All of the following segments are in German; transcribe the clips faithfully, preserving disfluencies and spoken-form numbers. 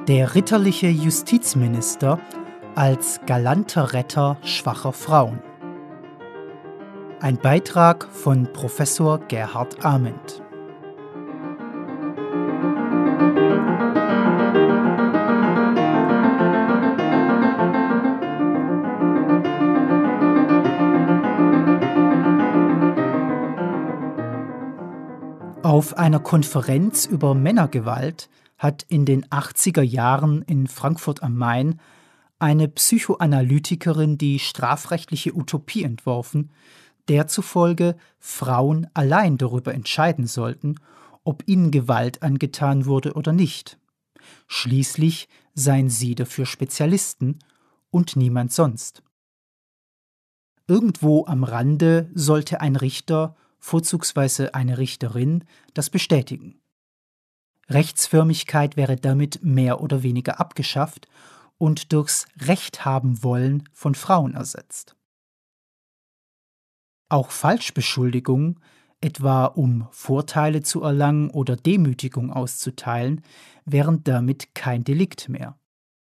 Der ritterliche Justizminister als galanter Retter schwacher Frauen. Ein Beitrag von Professor Gerhard Arment. Auf einer Konferenz über Männergewalt hat in den achtziger Jahren in Frankfurt am Main eine Psychoanalytikerin die strafrechtliche Utopie entworfen, der zufolge Frauen allein darüber entscheiden sollten, ob ihnen Gewalt angetan wurde oder nicht. Schließlich seien sie dafür Spezialisten und niemand sonst. Irgendwo am Rande sollte ein Richter, vorzugsweise eine Richterin, das bestätigen. Rechtsförmigkeit wäre damit mehr oder weniger abgeschafft und durchs Recht haben wollen von Frauen ersetzt. Auch Falschbeschuldigungen, etwa um Vorteile zu erlangen oder Demütigung auszuteilen, wären damit kein Delikt mehr.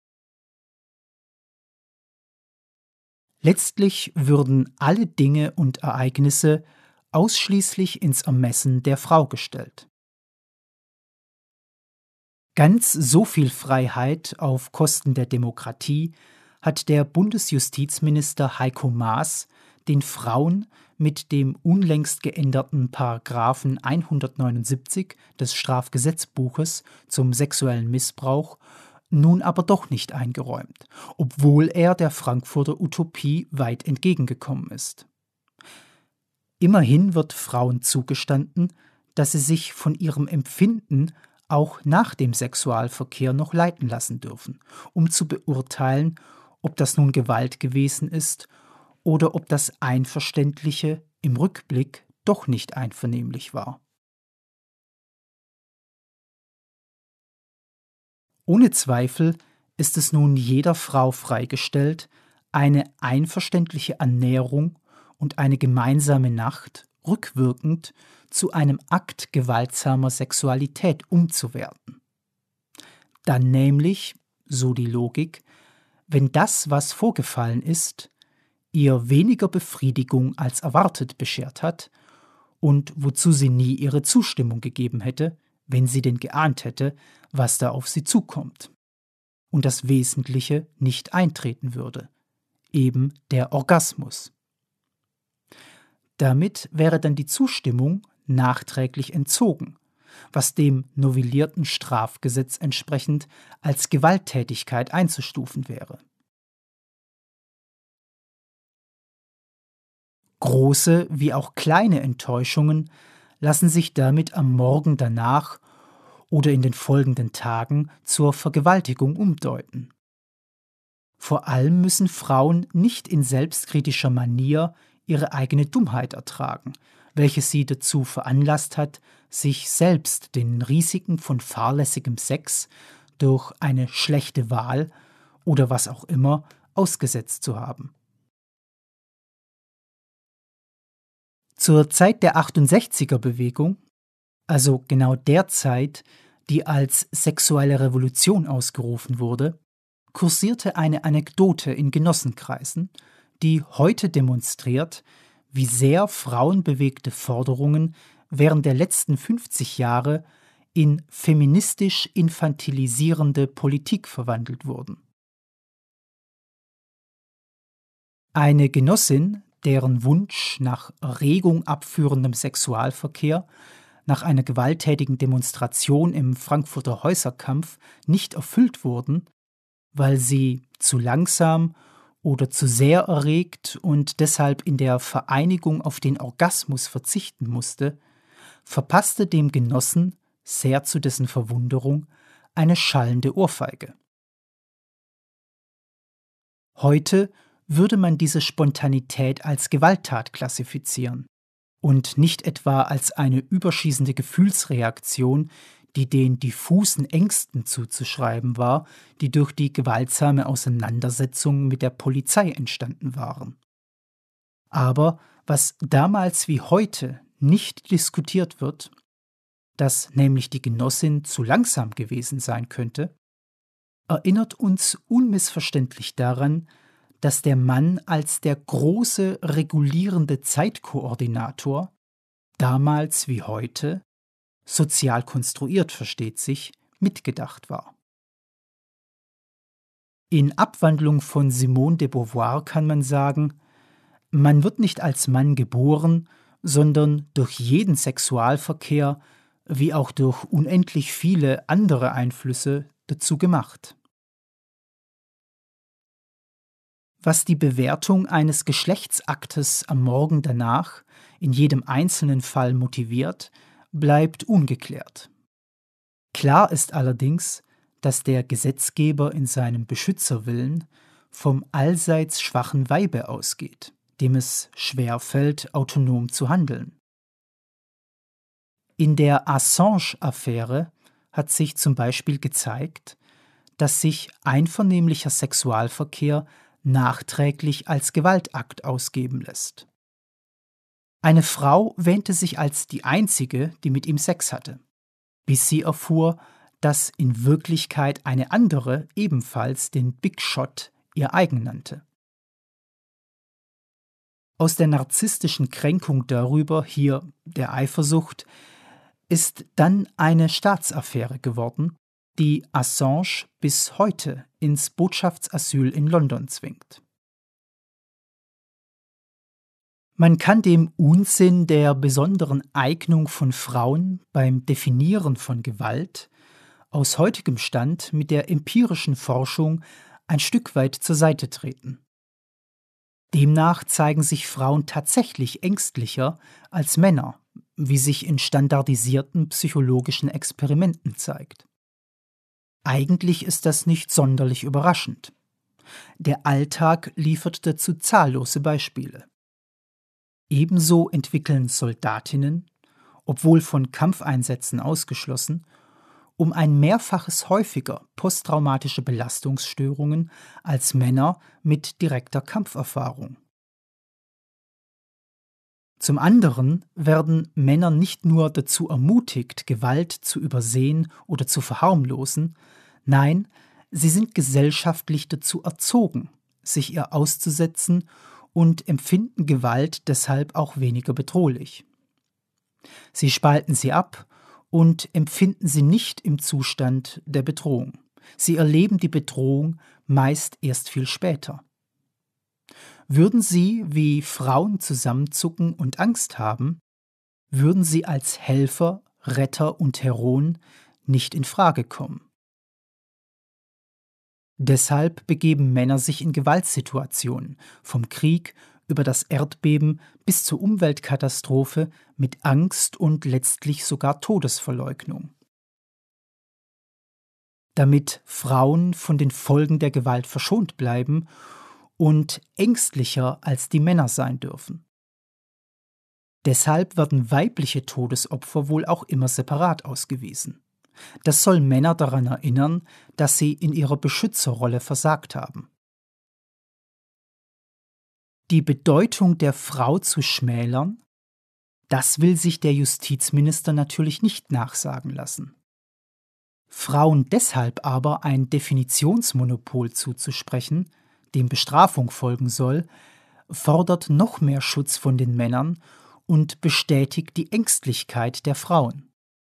Letztlich würden alle Dinge und Ereignisse ausschließlich ins Ermessen der Frau gestellt. Ganz so viel Freiheit auf Kosten der Demokratie hat der Bundesjustizminister Heiko Maas den Frauen mit dem unlängst geänderten Paragraphen hundertneunundsiebzig des Strafgesetzbuches zum sexuellen Missbrauch nun aber doch nicht eingeräumt, obwohl er der Frankfurter Utopie weit entgegengekommen ist. Immerhin wird Frauen zugestanden, dass sie sich von ihrem Empfinden auch nach dem Sexualverkehr noch leiten lassen dürfen, um zu beurteilen, ob das nun Gewalt gewesen ist oder ob das Einverständliche im Rückblick doch nicht einvernehmlich war. Ohne Zweifel ist es nun jeder Frau freigestellt, eine einverständliche Annäherung und eine gemeinsame Nacht rückwirkend zu einem Akt gewaltsamer Sexualität umzuwerten. Dann nämlich, so die Logik, wenn das, was vorgefallen ist, ihr weniger Befriedigung als erwartet beschert hat und wozu sie nie ihre Zustimmung gegeben hätte, wenn sie denn geahnt hätte, was da auf sie zukommt, und das Wesentliche nicht eintreten würde, eben der Orgasmus. Damit wäre dann die Zustimmung nachträglich entzogen, was dem novellierten Strafgesetz entsprechend als Gewalttätigkeit einzustufen wäre. Große wie auch kleine Enttäuschungen lassen sich damit am Morgen danach oder in den folgenden Tagen zur Vergewaltigung umdeuten. Vor allem müssen Frauen nicht in selbstkritischer Manier ihre eigene Dummheit ertragen, welche sie dazu veranlasst hat, sich selbst den Risiken von fahrlässigem Sex durch eine schlechte Wahl oder was auch immer ausgesetzt zu haben. Zur Zeit der achtundsechziger-Bewegung, also genau der Zeit, die als sexuelle Revolution ausgerufen wurde, kursierte eine Anekdote in Genossenkreisen, die heute demonstriert, wie sehr frauenbewegte Forderungen während der letzten fünfzig Jahre in feministisch infantilisierende Politik verwandelt wurden. Eine Genossin, deren Wunsch nach Erregung abführendem Sexualverkehr nach einer gewalttätigen Demonstration im Frankfurter Häuserkampf nicht erfüllt wurden, weil sie zu langsam oder zu sehr erregt und deshalb in der Vereinigung auf den Orgasmus verzichten musste, verpasste dem Genossen, sehr zu dessen Verwunderung, eine schallende Ohrfeige. Heute würde man diese Spontanität als Gewalttat klassifizieren und nicht etwa als eine überschießende Gefühlsreaktion, die den diffusen Ängsten zuzuschreiben war, die durch die gewaltsame Auseinandersetzung mit der Polizei entstanden waren. Aber was damals wie heute nicht diskutiert wird, dass nämlich die Genossin zu langsam gewesen sein könnte, erinnert uns unmissverständlich daran, dass der Mann als der große regulierende Zeitkoordinator, damals wie heute, sozial konstruiert versteht sich, mitgedacht war. In Abwandlung von Simone de Beauvoir kann man sagen, man wird nicht als Mann geboren, sondern durch jeden Sexualverkehr, wie auch durch unendlich viele andere Einflüsse, dazu gemacht. Was die Bewertung eines Geschlechtsaktes am Morgen danach in jedem einzelnen Fall motiviert, bleibt ungeklärt. Klar ist allerdings, dass der Gesetzgeber in seinem Beschützerwillen vom allseits schwachen Weibe ausgeht, dem es schwer fällt, autonom zu handeln. In der Assange-Affäre hat sich zum Beispiel gezeigt, dass sich einvernehmlicher Sexualverkehr nachträglich als Gewaltakt ausgeben lässt. Eine Frau wähnte sich als die einzige, die mit ihm Sex hatte, bis sie erfuhr, dass in Wirklichkeit eine andere ebenfalls den Big Shot ihr eigen nannte. Aus der narzisstischen Kränkung darüber, hier der Eifersucht, ist dann eine Staatsaffäre geworden, die Assange bis heute ins Botschaftsasyl in London zwingt. Man kann dem Unsinn der besonderen Eignung von Frauen beim Definieren von Gewalt aus heutigem Stand mit der empirischen Forschung ein Stück weit zur Seite treten. Demnach zeigen sich Frauen tatsächlich ängstlicher als Männer, wie sich in standardisierten psychologischen Experimenten zeigt. Eigentlich ist das nicht sonderlich überraschend. Der Alltag liefert dazu zahllose Beispiele. Ebenso entwickeln Soldatinnen, obwohl von Kampfeinsätzen ausgeschlossen, um ein Mehrfaches häufiger posttraumatische Belastungsstörungen als Männer mit direkter Kampferfahrung. Zum anderen werden Männer nicht nur dazu ermutigt, Gewalt zu übersehen oder zu verharmlosen, nein, sie sind gesellschaftlich dazu erzogen, sich ihr auszusetzen und empfinden Gewalt deshalb auch weniger bedrohlich. Sie spalten sie ab und empfinden sie nicht im Zustand der Bedrohung. Sie erleben die Bedrohung meist erst viel später. Würden sie wie Frauen zusammenzucken und Angst haben, würden sie als Helfer, Retter und Heroen nicht in Frage kommen. Deshalb begeben Männer sich in Gewaltsituationen, vom Krieg über das Erdbeben bis zur Umweltkatastrophe mit Angst und letztlich sogar Todesverleugnung. Damit Frauen von den Folgen der Gewalt verschont bleiben und ängstlicher als die Männer sein dürfen. Deshalb werden weibliche Todesopfer wohl auch immer separat ausgewiesen. Das soll Männer daran erinnern, dass sie in ihrer Beschützerrolle versagt haben. Die Bedeutung der Frau zu schmälern, das will sich der Justizminister natürlich nicht nachsagen lassen. Frauen deshalb aber ein Definitionsmonopol zuzusprechen, dem Bestrafung folgen soll, fordert noch mehr Schutz von den Männern und bestätigt die Ängstlichkeit der Frauen.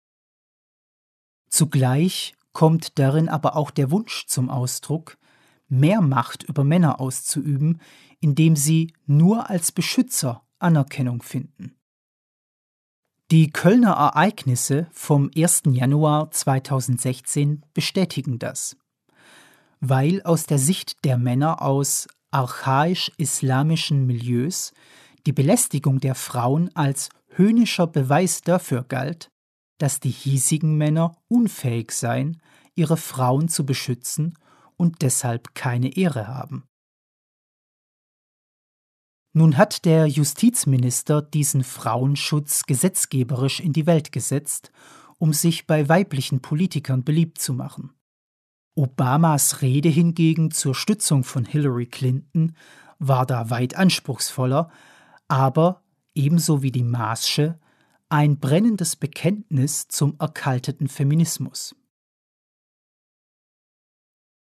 Zugleich kommt darin aber auch der Wunsch zum Ausdruck, mehr Macht über Männer auszuüben, indem sie nur als Beschützer Anerkennung finden. Die Kölner Ereignisse vom ersten Januar zweitausendsechzehn bestätigen das, weil aus der Sicht der Männer aus archaisch-islamischen Milieus die Belästigung der Frauen als höhnischer Beweis dafür galt, dass die hiesigen Männer unfähig seien, ihre Frauen zu beschützen und deshalb keine Ehre haben. Nun hat der Justizminister diesen Frauenschutz gesetzgeberisch in die Welt gesetzt, um sich bei weiblichen Politikern beliebt zu machen. Obamas Rede hingegen zur Stützung von Hillary Clinton war da weit anspruchsvoller, aber, ebenso wie die Maßsche, ein brennendes Bekenntnis zum erkalteten Feminismus.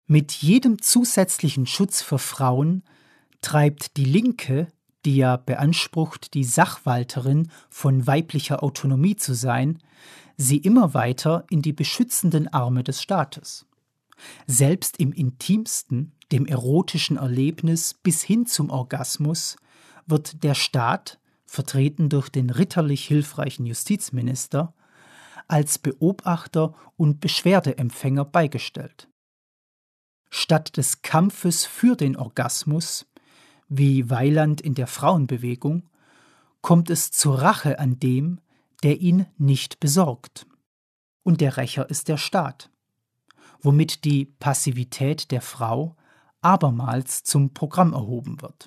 Mit jedem zusätzlichen Schutz für Frauen treibt die Linke, die ja beansprucht, die Sachwalterin von weiblicher Autonomie zu sein, sie immer weiter in die beschützenden Arme des Staates. Selbst im intimsten, dem erotischen Erlebnis bis hin zum Orgasmus, wird der Staat, vertreten durch den ritterlich hilfreichen Justizminister, als Beobachter und Beschwerdeempfänger beigestellt. Statt des Kampfes für den Orgasmus, wie Weiland in der Frauenbewegung, kommt es zur Rache an dem, der ihn nicht besorgt. Und der Rächer ist der Staat, womit die Passivität der Frau abermals zum Programm erhoben wird.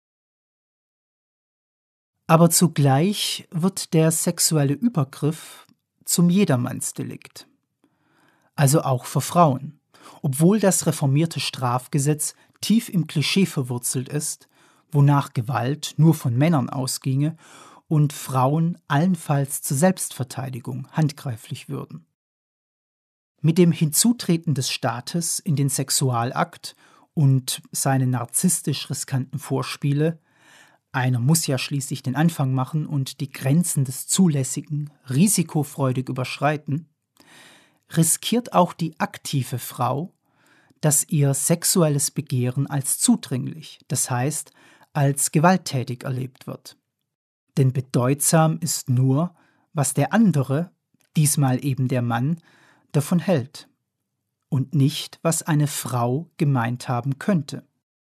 Aber zugleich wird der sexuelle Übergriff zum Jedermannsdelikt, also auch für Frauen, obwohl das reformierte Strafgesetz tief im Klischee verwurzelt ist, wonach Gewalt nur von Männern ausginge und Frauen allenfalls zur Selbstverteidigung handgreiflich würden. Mit dem Hinzutreten des Staates in den Sexualakt und seine narzisstisch riskanten Vorspiele, einer muss ja schließlich den Anfang machen und die Grenzen des Zulässigen risikofreudig überschreiten, riskiert auch die aktive Frau, dass ihr sexuelles Begehren als zudringlich, das heißt als gewalttätig erlebt wird. Denn bedeutsam ist nur, was der andere, diesmal eben der Mann, davon hält und nicht, was eine Frau gemeint haben könnte.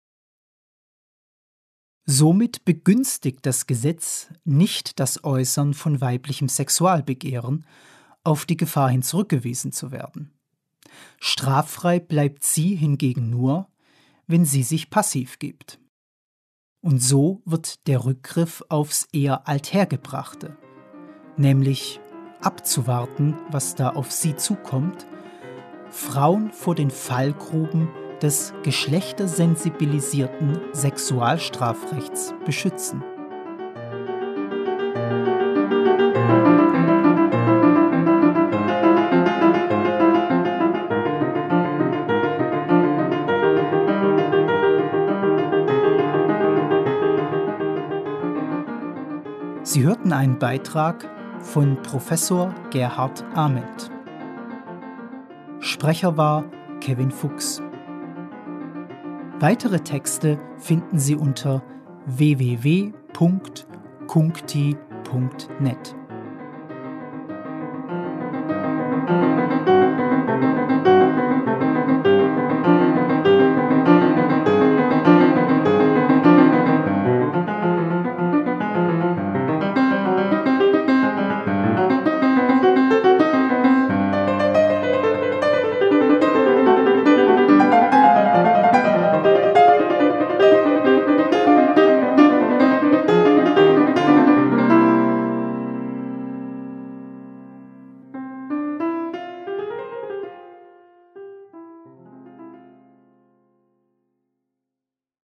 Somit begünstigt das Gesetz nicht das Äußern von weiblichem Sexualbegehren, auf die Gefahr hin zurückgewiesen zu werden. Straffrei bleibt sie hingegen nur, wenn sie sich passiv gibt. Und so wird der Rückgriff aufs eher Althergebrachte, nämlich abzuwarten, was da auf sie zukommt, Frauen vor den Fallgruben des geschlechtersensibilisierten Sexualstrafrechts beschützen. Sie hörten einen Beitrag von Professor Gerhard Ament. Sprecher war Kevin Fuchs. Weitere Texte finden Sie unter w w w punkt kunkti punkt net.